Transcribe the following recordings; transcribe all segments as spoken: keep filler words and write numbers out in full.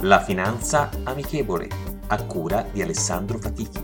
La finanza amichevole, a cura di Alessandro Fatichi.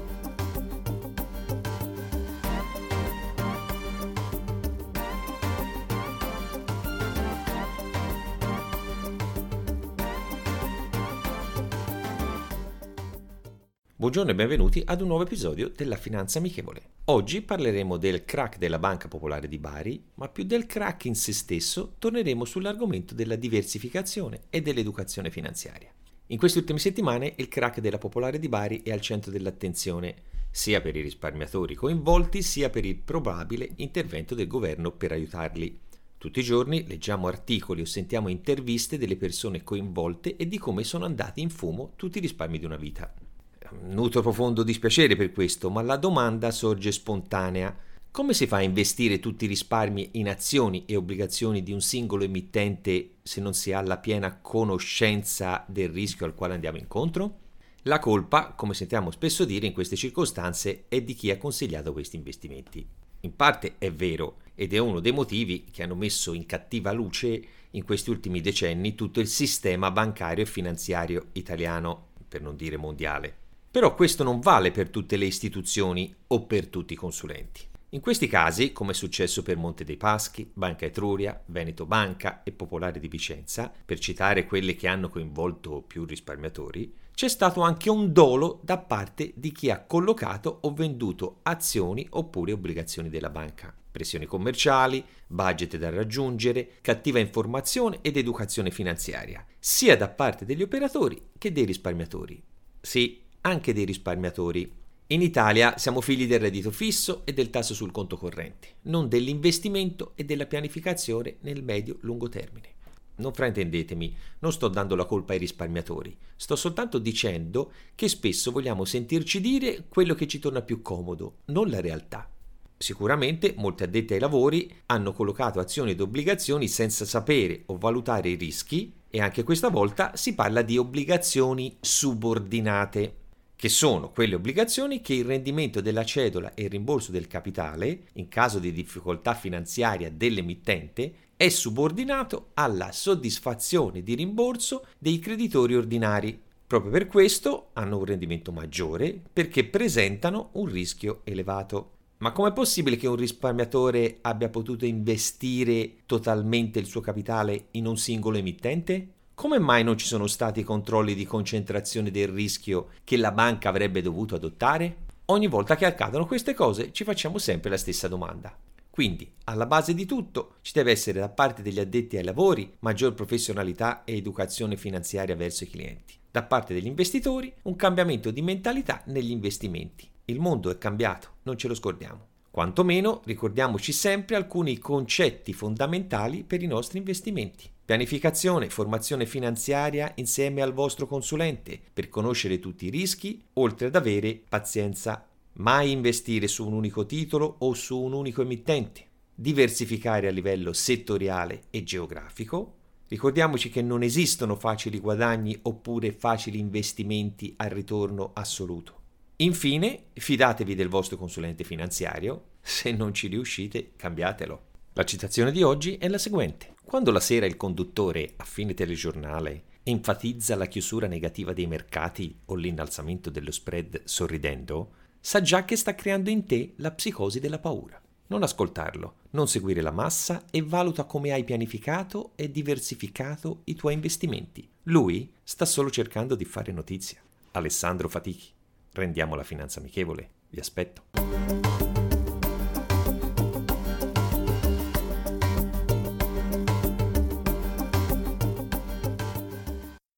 Buongiorno e benvenuti ad un nuovo episodio della Finanza Amichevole. Oggi parleremo del crack della Banca Popolare di Bari, ma più del crack in se stesso torneremo sull'argomento della diversificazione e dell'educazione finanziaria. In queste ultime settimane il crack della Popolare di Bari è al centro dell'attenzione sia per i risparmiatori coinvolti sia per il probabile intervento del governo per aiutarli. Tutti i giorni leggiamo articoli o sentiamo interviste delle persone coinvolte e di come sono andati in fumo tutti i risparmi di una vita. Nutro profondo dispiacere per questo, ma la domanda sorge spontanea. Come si fa a investire tutti i risparmi in azioni e obbligazioni di un singolo emittente se non si ha la piena conoscenza del rischio al quale andiamo incontro? La colpa, come sentiamo spesso dire in queste circostanze, è di chi ha consigliato questi investimenti. In parte è vero, ed è uno dei motivi che hanno messo in cattiva luce in questi ultimi decenni tutto il sistema bancario e finanziario italiano, per non dire mondiale. Però questo non vale per tutte le istituzioni o per tutti i consulenti. In questi casi, come è successo per Monte dei Paschi, Banca Etruria, Veneto Banca e Popolare di Vicenza, per citare quelle che hanno coinvolto più risparmiatori, c'è stato anche un dolo da parte di chi ha collocato o venduto azioni oppure obbligazioni della banca. Pressioni commerciali, budget da raggiungere, cattiva informazione ed educazione finanziaria, sia da parte degli operatori che dei risparmiatori. Sì, anche dei risparmiatori. In Italia siamo figli del reddito fisso e del tasso sul conto corrente, non dell'investimento e della pianificazione nel medio-lungo termine. Non fraintendetemi, non sto dando la colpa ai risparmiatori, sto soltanto dicendo che spesso vogliamo sentirci dire quello che ci torna più comodo, non la realtà. Sicuramente molti addetti ai lavori hanno collocato azioni ed obbligazioni senza sapere o valutare i rischi e anche questa volta si parla di obbligazioni subordinate, che sono quelle obbligazioni che il rendimento della cedola e il rimborso del capitale, in caso di difficoltà finanziaria dell'emittente, è subordinato alla soddisfazione di rimborso dei creditori ordinari. Proprio per questo hanno un rendimento maggiore, perché presentano un rischio elevato. Ma com'è possibile che un risparmiatore abbia potuto investire totalmente il suo capitale in un singolo emittente? Come mai non ci sono stati controlli di concentrazione del rischio che la banca avrebbe dovuto adottare? Ogni volta che accadono queste cose ci facciamo sempre la stessa domanda. Quindi, alla base di tutto, ci deve essere da parte degli addetti ai lavori maggior professionalità e educazione finanziaria verso i clienti. Da parte degli investitori, un cambiamento di mentalità negli investimenti. Il mondo è cambiato, non ce lo scordiamo. Quantomeno ricordiamoci sempre alcuni concetti fondamentali per i nostri investimenti. Pianificazione, formazione finanziaria insieme al vostro consulente per conoscere tutti i rischi, oltre ad avere pazienza. Mai investire su un unico titolo o su un unico emittente. Diversificare a livello settoriale e geografico. Ricordiamoci che non esistono facili guadagni oppure facili investimenti al ritorno assoluto. Infine, fidatevi del vostro consulente finanziario. Se non ci riuscite, cambiatelo. La citazione di oggi è la seguente. Quando la sera il conduttore, a fine telegiornale, enfatizza la chiusura negativa dei mercati o l'innalzamento dello spread sorridendo, sa già che sta creando in te la psicosi della paura. Non ascoltarlo, non seguire la massa e valuta come hai pianificato e diversificato i tuoi investimenti. Lui sta solo cercando di fare notizia. Alessandro Fatichi. Rendiamo la finanza amichevole. Vi aspetto.